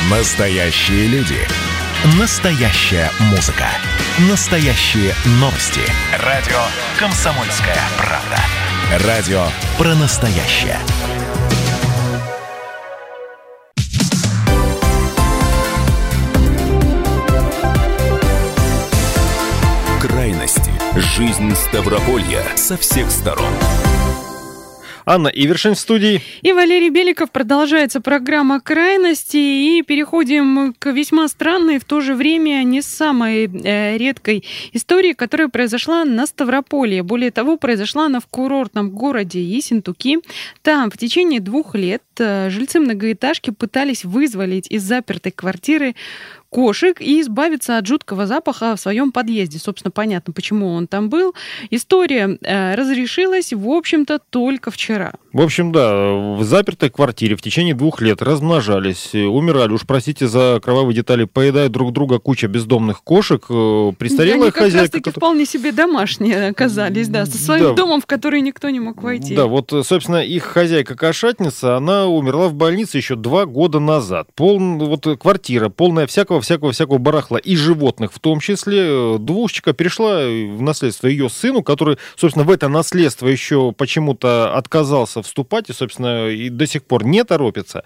Настоящие люди. Настоящая музыка. Настоящие новости. Радио «Комсомольская правда». Радио про настоящее. Крайности. Жизнь Ставрополья со всех сторон. Анна Ивершин в студии. И Валерий Беликов. Продолжается программа «Крайности». И переходим к весьма странной, в то же время не самой редкой истории, которая произошла на Ставрополье. Более того, произошла она в курортном городе Ессентуки. Там в течение 2 лет жильцы многоэтажки пытались вызволить из запертой квартиры кошек и избавиться от жуткого запаха в своем подъезде. Собственно, понятно, почему он там был. История разрешилась, в общем-то, только вчера. В общем, да, в запертой квартире в течение 2 лет размножались, умирали, уж простите за кровавые детали, поедают друг друга куча бездомных кошек. Престарелая хозяйка... Они как раз-таки вполне себе домашние оказались, да, со своим домом, в который никто не мог войти. Да, вот, собственно, их хозяйка-кошатница, она умерла в больнице еще 2 года назад. Квартира полная всякого барахла и животных в том числе. Двушечка перешла в наследство ее сыну, который, собственно, в это наследство еще почему-то отказался вступать и, собственно, и до сих пор не торопится.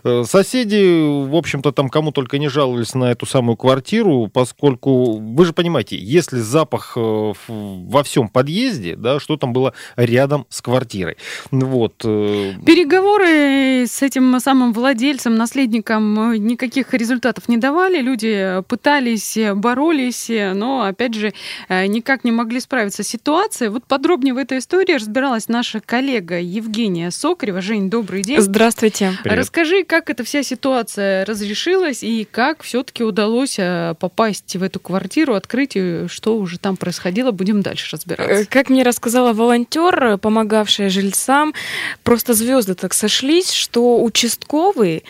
Соседи, в общем-то, там кому только не жаловались на эту самую квартиру, поскольку, вы же понимаете, если запах во всем подъезде, да, что там было рядом с квартирой. Вот. Переговоры с этим самым владельцем, наследником никаких результатов не давали. Люди пытались, боролись, но, опять же, никак не могли справиться с ситуацией. Вот подробнее в этой истории разбиралась наша коллега Евгения Сокарева. Жень, добрый день. Здравствуйте. Привет. Расскажи, как эта вся ситуация разрешилась и как все-таки удалось попасть в эту квартиру, открыть, что уже там происходило. Будем дальше разбираться. Как мне рассказала волонтер, помогавшая жильцам, просто звезды так сошлись, что участковые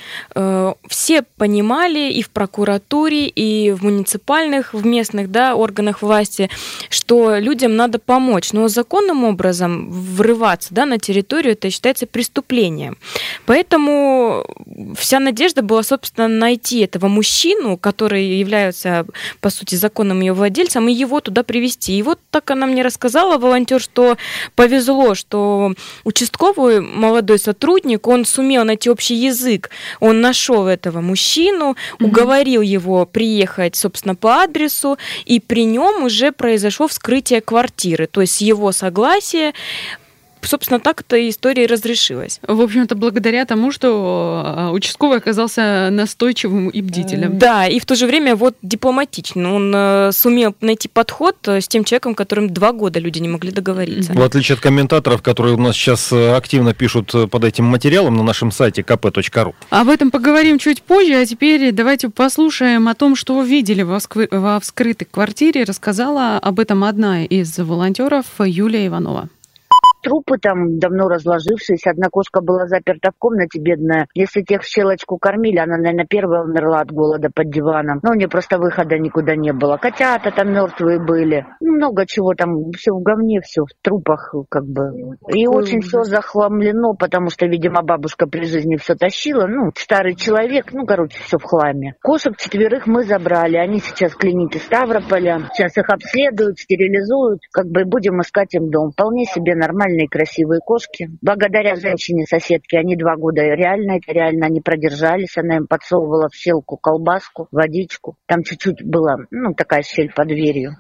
все понимали и в прокуратуре, и в муниципальных, в местных, да, органах власти, что людям надо помочь. Но законным образом врываться, да, на территорию, это считается преступлением. Поэтому вся надежда была, собственно, найти этого мужчину, который является, по сути, законным ее владельцем, и его туда привести. И вот так она мне рассказала, волонтер, что повезло, что участковый молодой сотрудник, он сумел найти общий язык, он нашел этого мужчину, уговорил его приехать, собственно, по адресу, и при нем уже произошло вскрытие квартиры, то есть с его согласия. Собственно, так эта история и разрешилась. В общем-то, благодаря тому, что участковый оказался настойчивым и бдительным. Да, и в то же время вот дипломатичным. Он сумел найти подход с тем человеком, которым 2 года люди не могли договориться. В отличие от комментаторов, которые у нас сейчас активно пишут под этим материалом на нашем сайте kp.ru. Об этом поговорим чуть позже, а теперь давайте послушаем о том, что видели во вскрытой квартире. Рассказала об этом одна из волонтеров Юлия Иванова. Трупы там давно разложившиеся. Одна кошка была заперта в комнате, бедная. Если тех в щелочку кормили, она, наверное, первая умерла от голода под диваном. Но у нее просто выхода никуда не было. Котята там мертвые были. Много чего там. Все в говне, все в трупах как бы. И очень все захламлено, потому что, видимо, бабушка при жизни все тащила. Старый человек, все в хламе. Кошек 4 мы забрали. Они сейчас в клинике Ставрополя. Сейчас их обследуют, стерилизуют. Будем искать им дом. Вполне себе нормально. Красивые кошки. Благодаря женщине-соседке они 2 года реально они продержались. Она им подсовывала в щелку колбаску, водичку. Там чуть-чуть была, такая щель под дверью.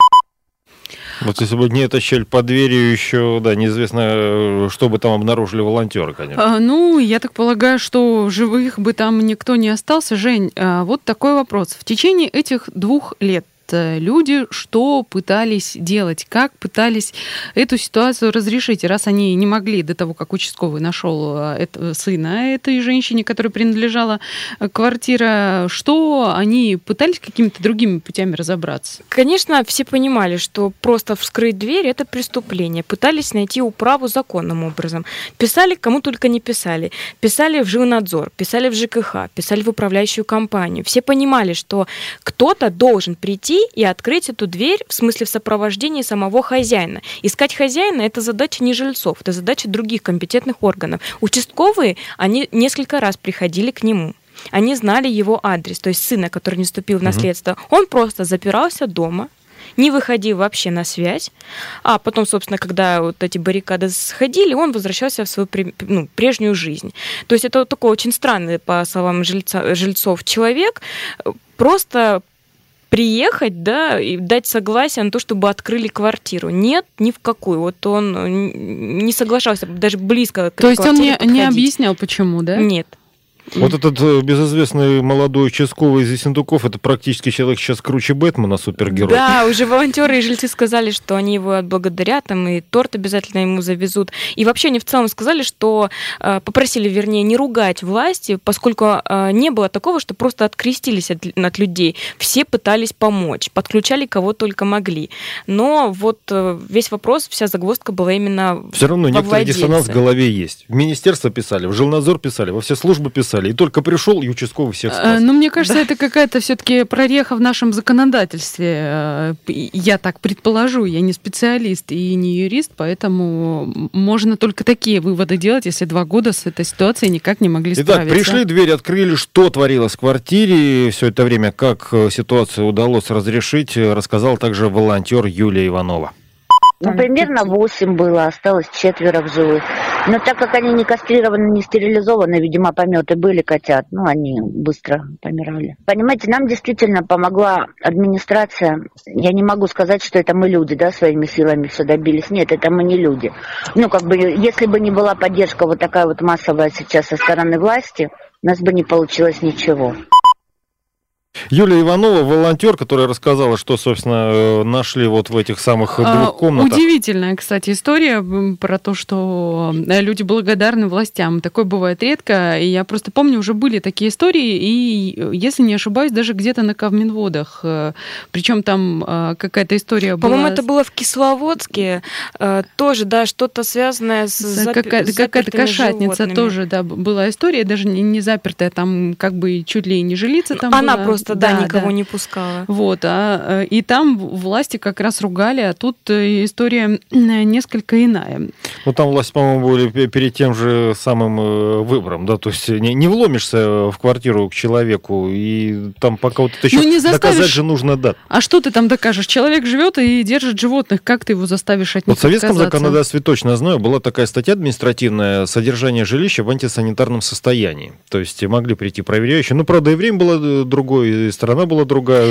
Вот если бы не эта щель под дверью, еще, да, неизвестно, что бы там обнаружили волонтеры, конечно. Я так полагаю, что живых бы там никто не остался. Жень, вот такой вопрос. В течение этих 2 лет люди что пытались делать, как пытались эту ситуацию разрешить, раз они не могли до того, как участковый нашел сына этой женщине, которой принадлежала квартира, что они пытались какими-то другими путями разобраться? Конечно, все понимали, что просто вскрыть дверь – это преступление. Пытались найти управу законным образом. Писали, кому только не писали. Писали в жилнадзор, писали в ЖКХ, писали в управляющую компанию. Все понимали, что кто-то должен прийти и открыть эту дверь, в смысле в сопровождении самого хозяина. Искать хозяина – это задача не жильцов, это задача других компетентных органов. Участковые, они несколько раз приходили к нему. они знали его адрес, то есть сына, который не вступил в наследство. Он просто запирался дома, не выходил вообще на связь, а потом, собственно, когда вот эти баррикады сходили, он возвращался в свою прежнюю жизнь. То есть это вот такой очень странный, по словам жильцов, человек, просто приехать, да, и дать согласие на то, чтобы открыли квартиру. Нет, ни в какую. Вот он не соглашался даже близко к квартире подходить. То есть он не объяснял, почему, да? Нет. Вот этот безызвестный молодой участковый из Ессентуков, это практически человек сейчас круче Бэтмена, супергерой. Да, уже волонтеры и жильцы сказали, что они его отблагодарят, там, и торт обязательно ему завезут. И вообще они в целом сказали, что попросили, вернее, не ругать власти, поскольку не было такого, что просто открестились от людей. Все пытались помочь, подключали кого только могли. Но вот весь вопрос, вся загвоздка была именно все равно некоторый владельце. Диссонанс в голове есть. В министерство писали, в жилнадзор писали, во все службы писали. И только пришел, и участковый всех спас. Ну, мне кажется, это какая-то все-таки прореха в нашем законодательстве. Я так предположу, я не специалист и не юрист, поэтому можно только такие выводы делать, если 2 года с этой ситуацией никак не могли справиться. Итак, пришли, дверь открыли, что творилось в квартире все это время, как ситуацию удалось разрешить, рассказала также волонтер Юлия Иванова. Ну, примерно 8 было, осталось 4 в живых. Но так как они не кастрированы, не стерилизованы, видимо, пометы были котят, они быстро помирали. Понимаете, нам действительно помогла администрация. Я не могу сказать, что это мы люди, да, своими силами все добились. Нет, это мы не люди. Если бы не была поддержка вот такая вот массовая сейчас со стороны власти, у нас бы не получилось ничего. Юлия Иванова, волонтер, которая рассказала, что, собственно, нашли вот в этих самых 2 комнатах. Удивительная, кстати, история про то, что люди благодарны властям. Такое бывает редко. И я просто помню, уже были такие истории, и, если не ошибаюсь, даже где-то на Кавминводах. Причем там какая-то история была... По-моему, это было в Кисловодске. Тоже, да, что-то связанное с какая-то кошатница животными. тоже, да, была история, даже не запертая, там как бы чуть ли не жилица там Она была. просто, никого не пускала. Вот, и там власти как раз ругали, а тут история несколько иная. Ну, там власти, по-моему, были перед тем же самым выбором, да, то есть не вломишься в квартиру к человеку, и там пока вот это еще доказать же нужно, да. А что ты там докажешь? Человек живет и держит животных, как ты его заставишь от них Вот в советском отказаться? законодательстве точно знаю, была такая статья административная «Содержание жилища в антисанитарном состоянии». То есть могли прийти проверяющие. Ну, правда, и время было другое, и страна была другая.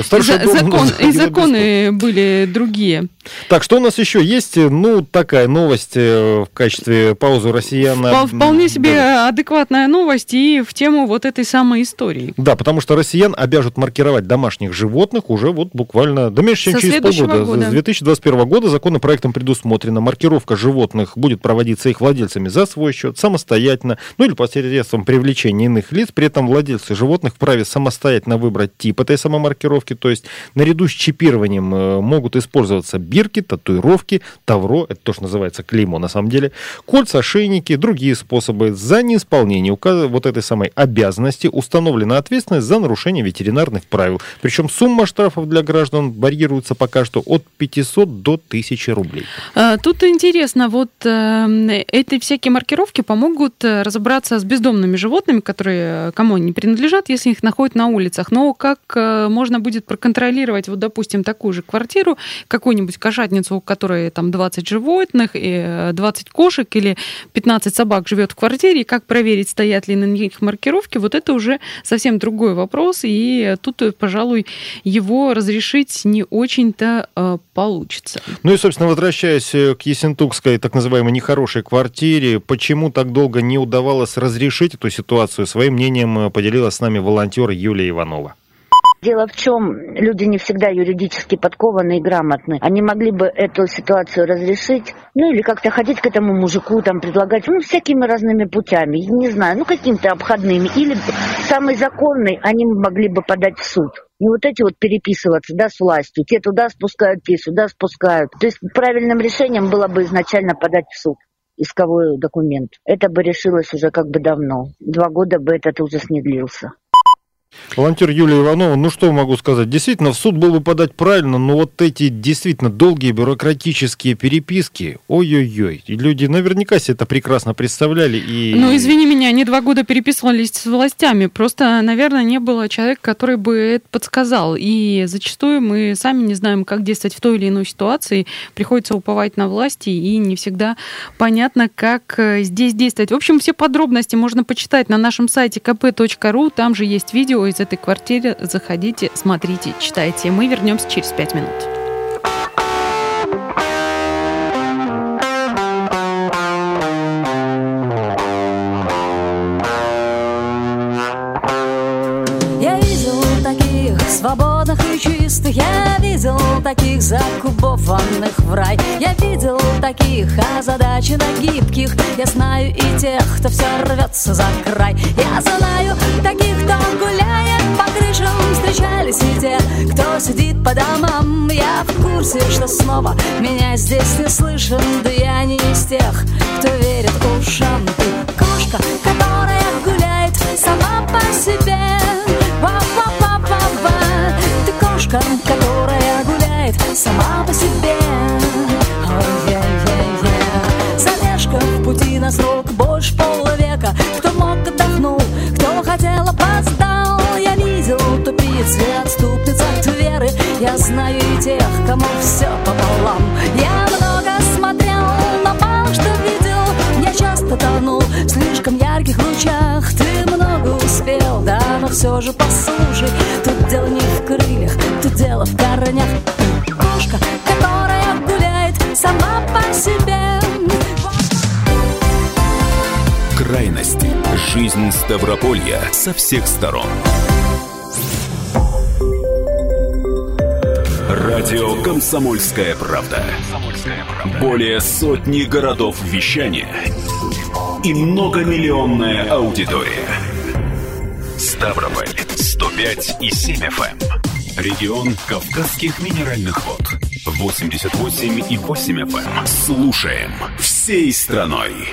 Законы были другие. Так, что у нас еще есть? Ну, такая новость в качестве паузы россиян. Вполне себе адекватная новость и в тему вот этой самой истории. Да, потому что россиян обяжут маркировать домашних животных уже вот буквально, да меньше, чем через полгода. С 2021 года законопроектом предусмотрено, маркировка животных будет проводиться их владельцами за свой счет, самостоятельно, или посредством привлечения иных лиц. При этом владельцы животных вправе самостоятельно выбрать тип этой самой маркировки, то есть наряду с чипированием могут использоваться бирки, татуировки, тавро, это то, что называется клеймо на самом деле, кольца, ошейники, другие способы. За неисполнение вот этой самой обязанности установлена ответственность за нарушение ветеринарных правил. Причем сумма штрафов для граждан варьируется пока что от 500 до 1000 рублей. Тут интересно, вот эти всякие маркировки помогут разобраться с бездомными животными, которые кому не принадлежат, если их находят на улицах. Но как можно будет проконтролировать, вот, допустим, такую же квартиру, какую-нибудь кошатницу, у которой там 20 животных, 20 кошек или 15 собак живет в квартире, и как проверить, стоят ли на них маркировки, вот это уже совсем другой вопрос, и тут, пожалуй, его разрешить не очень-то получится. Ну и, собственно, возвращаясь к ессентукской так называемой нехорошей квартире, почему так долго не удавалось разрешить эту ситуацию, своим мнением поделилась с нами волонтер Юлия Иванова. Дело в чем, люди не всегда юридически подкованы и грамотны. Они могли бы эту ситуацию разрешить, или как-то ходить к этому мужику, предлагать, всякими разными путями, не знаю, какими-то обходными. Или самый законный они могли бы подать в суд. Не вот эти вот переписываться, с властью. Те туда спускают, те сюда спускают. То есть правильным решением было бы изначально подать в суд исковой документ. Это бы решилось уже давно. 2 года бы этот ужас не длился. Волонтер Юлия Иванова, ну что могу сказать, действительно, в суд было бы подать правильно, но вот эти действительно долгие бюрократические переписки, ой-ой-ой, и люди наверняка себе это прекрасно представляли. И... Ну, извини меня, они 2 года переписывались с властями, просто, наверное, не было человека, который бы это подсказал, и зачастую мы сами не знаем, как действовать в той или иной ситуации, приходится уповать на власти, и не всегда понятно, как здесь действовать. В общем, все подробности можно почитать на нашем сайте kp.ru, там же есть видео из этой квартиры. Заходите, смотрите, читайте. Мы вернемся через 5 минут. Я видел таких свободных и чистых, я видел таких закубованных в рай, я видел таких озадаченных, гибких, я знаю и тех, кто все рвется за край, я знаю таких, кто гуляет по крышам, встречались и те, кто сидит по домам, я в курсе, что снова меня здесь не слышен, да я не из тех, кто верит ушам. Ты кошка, которая гуляет сама по себе, ва-ва-ва-ва-ва. Ты кошка, которая гуляет сама по себе. Ой-е-е-е. Задержка в пути на срок больше полвека. Кто мог, отдохнул, кто хотел, опоздал. Я видел тупиц и отступниц от веры. Я знаю и тех, кому все пополам. Я много смотрел, но мало что видел. Я часто тонул в слишком ярких лучах. Ты много успел, да, но все же послушай. Тут дело не в крыльях, тут дело в корнях. Кошка, которая гуляет сама по себе. Крайности. Жизнь Ставрополья со всех сторон. Радио «Комсомольская правда». Более сотни городов вещания и многомиллионная аудитория. Ставрополь 105,7 FM. Регион Кавказских минеральных вод 88,8 FM. Слушаем всей страной.